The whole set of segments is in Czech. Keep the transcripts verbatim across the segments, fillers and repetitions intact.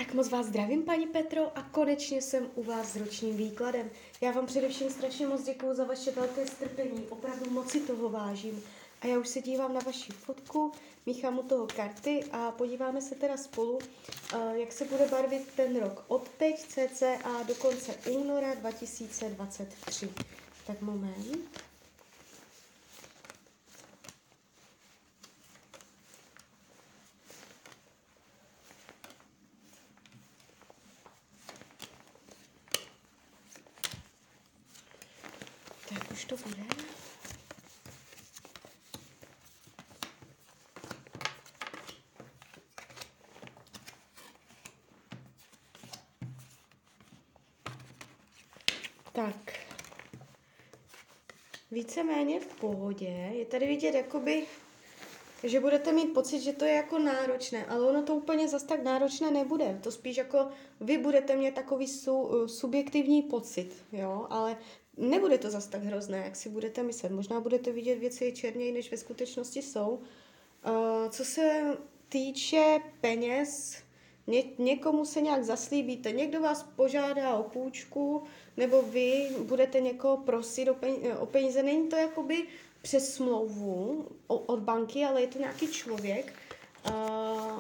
Tak moc vás zdravím, paní Petro, a konečně jsem u vás s ročním výkladem. Já vám především strašně moc děkuju za vaše velké strpení, opravdu moc si toho vážím. A já už se dívám na vaši fotku, míchám u toho karty a podíváme se teda spolu, jak se bude barvit ten rok od teď cca do konce února dva tisíce dvacet tři. Tak moment. Tak už to bude. Tak, víceméně v pohodě. Je tady vidět jakoby, že budete mít pocit, že to je jako náročné, ale ono to úplně zas tak náročné nebude. To spíš jako vy budete mít takový su, subjektivní pocit, jo, ale nebude to zas tak hrozné, jak si budete myslet. Možná budete vidět věci černěji, než ve skutečnosti jsou. Uh, co se týče peněz, Ně, někomu se nějak zaslíbíte, někdo vás požádá o půjčku, nebo vy budete někoho prosit o peníze, o peníze. Není to jakoby přes smlouvu od banky, ale je to nějaký člověk. Uh,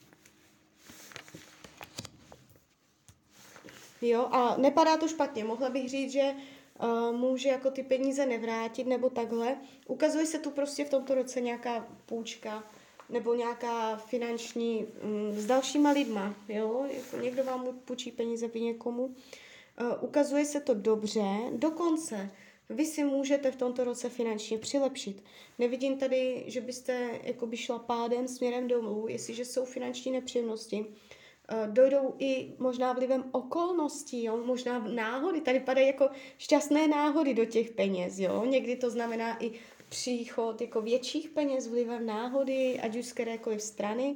jo, a nepadá to špatně. Mohla bych říct, že uh, může jako ty peníze nevrátit, nebo takhle. Ukazuje se tu prostě v tomto roce nějaká půjčka, nebo nějaká finanční mm, s dalšíma lidma, jo, jako někdo vám půjčí peníze vy někomu. Uh, ukazuje se to dobře, dokonce vy si můžete v tomto roce finančně přilepšit. Nevidím tady, že byste jakoby šla pádem směrem dolů, jestliže jsou finanční nepříjemnosti. Uh, dojdou i možná vlivem okolností, jo, možná náhody, tady padají jako šťastné náhody do těch peněz, jo, někdy to znamená i příchod jako větších peněz vlivem náhody, ať už z kterékoliv strany.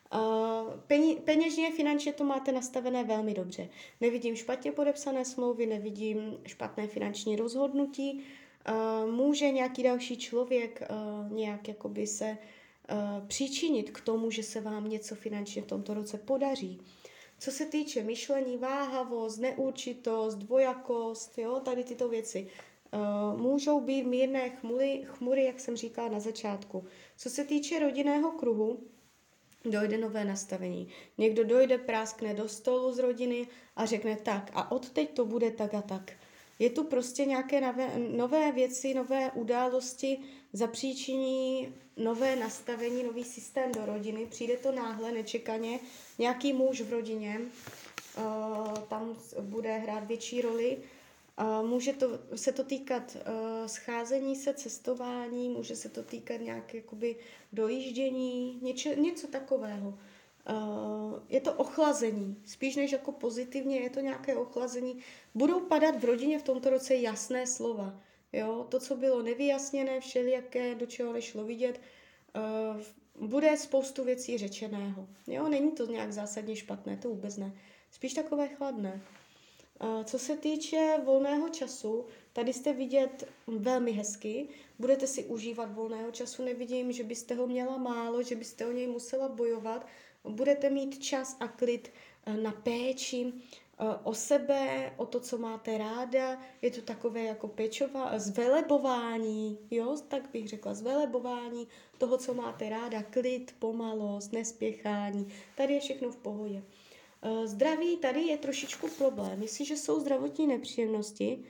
Uh, peněžně, finančně to máte nastavené velmi dobře. Nevidím špatně podepsané smlouvy, nevidím špatné finanční rozhodnutí. Uh, může nějaký další člověk uh, nějak jakoby se uh, příčinit k tomu, že se vám něco finančně v tomto roce podaří. Co se týče myšlení, váhavost, neurčitost, dvojakost, jo, tady tyto věci. Uh, můžou být mírné chmury, chmury, jak jsem říkala na začátku. Co se týče rodinného kruhu, dojde nové nastavení. Někdo dojde, práskne do stolu z rodiny a řekne tak a odteď to bude tak a tak. Je tu prostě nějaké nové, nové věci, nové události, zapříčiní nové nastavení, nový systém do rodiny. Přijde to náhle, nečekaně. Nějaký muž v rodině, uh, tam bude hrát větší roli. Uh, může to, se to týkat uh, scházení se, cestování, může se to týkat nějak jakoby dojíždění, něče, něco takového. Uh, je to ochlazení, spíš než jako pozitivně, je to nějaké ochlazení. Budou padat v rodině v tomto roce jasné slova. Jo? To, co bylo nevyjasněné, všelijaké, do čeho nešlo vidět, uh, bude spoustu věcí řečeného. Jo? Není to nějak zásadně špatné, to vůbec ne. Spíš takové chladné. Co se týče volného času, tady jste vidět velmi hezky, budete si užívat volného času, nevidím, že byste ho měla málo, že byste o něj musela bojovat, budete mít čas a klid na péči o sebe, o to, co máte ráda, je to takové jako pečová, zvelebování, jo, tak bych řekla, zvelebování toho, co máte ráda, klid, pomalost, nespěchání, tady je všechno v pohodě. Zdraví, tady je trošičku problém. Jestliže jsou zdravotní nepříjemnosti,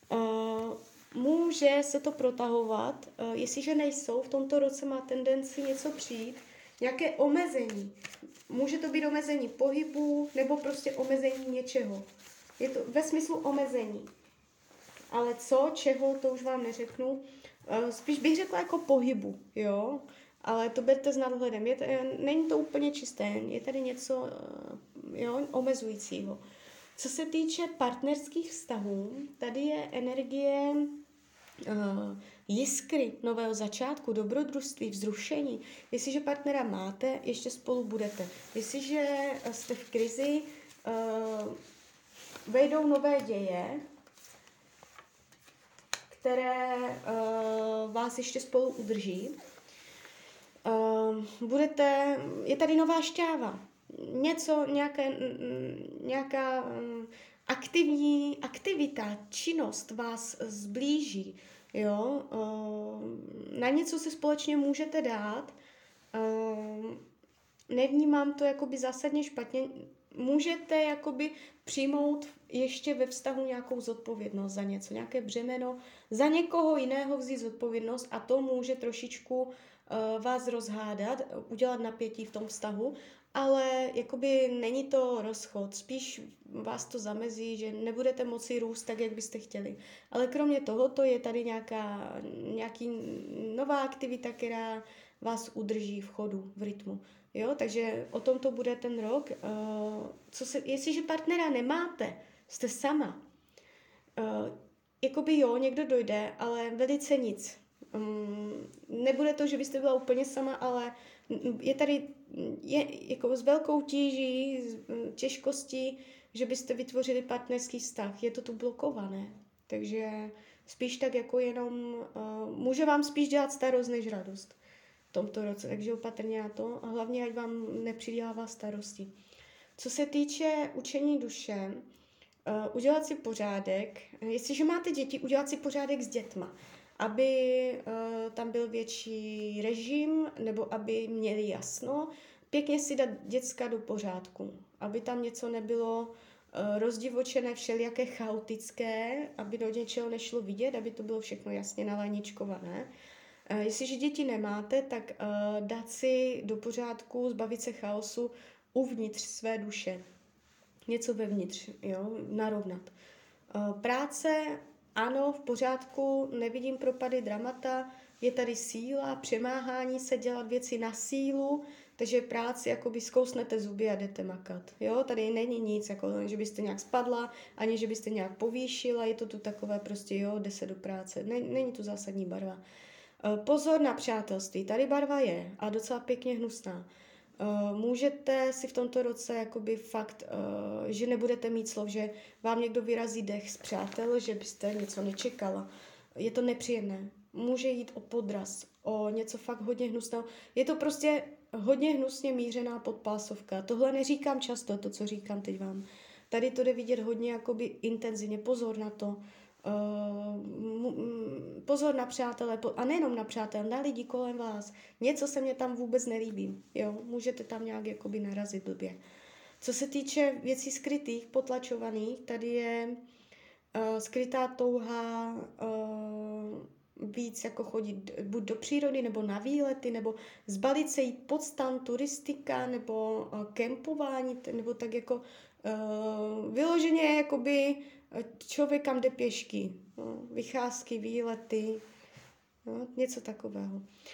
může se to protahovat. Jestliže nejsou, v tomto roce má tendenci něco přijít, nějaké omezení. Může to být omezení pohybu nebo prostě omezení něčeho. Je to ve smyslu omezení. Ale co, čeho, to už vám neřeknu. Spíš bych řekla jako pohybu, jo. Ale to berte s nadhledem. Je to, není to úplně čisté, je tady něco jo, omezujícího. Co se týče partnerských vztahů, tady je energie uh, jiskry, nového začátku, dobrodružství, vzrušení. Jestliže partnera máte, ještě spolu budete. Jestliže jste v krizi, uh, vejdou nové děje, které uh, vás ještě spolu udrží. Uh, budete, je tady nová šťáva. něco, nějaké, nějaká aktivní aktivita, činnost vás zblíží, jo, na něco se společně můžete dát, nevnímám to jakoby zásadně špatně, můžete jakoby přijmout ještě ve vztahu nějakou zodpovědnost za něco, nějaké břemeno, za někoho jiného vzít zodpovědnost a to může trošičku uh, vás rozhádat, udělat napětí v tom vztahu, ale jakoby není to rozchod, spíš vás to zamezí, že nebudete moci růst tak, jak byste chtěli. Ale kromě tohoto je tady nějaká, nějaký nová aktivita, která vás udrží v chodu, v rytmu. Jo, takže o tom to bude ten rok. Uh, co se, jestliže partnera nemáte, jste sama. Uh, jakoby jo, někdo dojde, ale velice nic. Um, nebude to, že byste byla úplně sama, ale je tady je, jako s velkou tíží, těžkostí, že byste vytvořili partnerský vztah. Je to tu blokované. Takže spíš tak jako jenom, uh, může vám spíš dělat starost než radost v tomto roce, takže opatrně na to a hlavně, ať vám nepřidává starosti. Co se týče učení duše, uh, udělat si pořádek, jestliže máte děti, udělat si pořádek s dětma, aby uh, tam byl větší režim, nebo aby měli jasno, pěkně si dát děcka do pořádku, aby tam něco nebylo uh, rozdivočené, všelijaké chaotické, aby do něčeho nešlo vidět, aby to bylo všechno jasně nalajničkované. Uh, jestliže děti nemáte, tak uh, dát si do pořádku, zbavit se chaosu uvnitř své duše. Něco vevnitř, jo, narovnat. Uh, práce, ano, v pořádku, nevidím propady, dramata, je tady síla, přemáhání se, dělat věci na sílu, takže práci jakoby zkousnete zuby a jdete makat. Jo, tady není nic, jako, že byste nějak spadla, ani že byste nějak povýšila, je to tu takové prostě, jo, jde se do práce, není tu zásadní barva. Pozor na přátelství, tady barva je a docela pěkně hnusná. Můžete si v tomto roce jakoby fakt, že nebudete mít slov, že vám někdo vyrazí dech z přátel, že byste něco nečekala. Je to nepříjemné. Může jít o podraz, o něco fakt hodně hnusného. Je to prostě hodně hnusně mířená podpásovka. Tohle neříkám často, to, co říkám teď vám. Tady to jde vidět hodně jakoby intenzivně. Pozor na to. Uh, pozor na přátele, a nejenom na přátele, na lidi kolem vás. Něco se mě tam vůbec nelíbí. Jo? Můžete tam nějak jakoby narazit blbě. Co se týče věcí skrytých, potlačovaných, tady je uh, skrytá touha uh, víc jako chodit buď do přírody, nebo na výlety, nebo zbalit se jít pod stan, turistika, nebo uh, kempování, nebo tak jako uh, vyloženě jakoby člověk kam jde pěšky, no, vycházky, výlety, no, něco takového.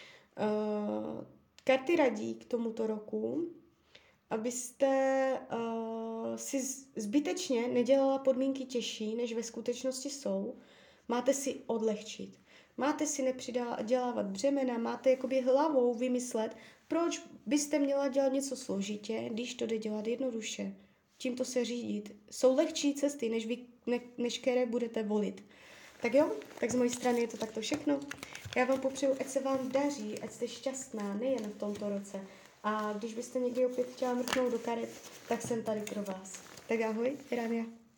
Uh, karty radí k tomuto roku, abyste uh, si zbytečně nedělala podmínky těžší, než ve skutečnosti jsou. Máte si odlehčit. Máte si nepřidělávat břemena, máte jakoby hlavou vymyslet, proč byste měla dělat něco složitě, když to jde dělat jednoduše. Tímto se řídit. Jsou lehčí cesty, než, vy, ne, než které budete volit. Tak jo, tak z mojí strany je to takto všechno. Já vám popřeju, ať se vám daří, ať jste šťastná, nejen v tomto roce. A když byste někdy opět chtěla mrknout do karet, tak jsem tady pro vás. Tak ahoj, Rania.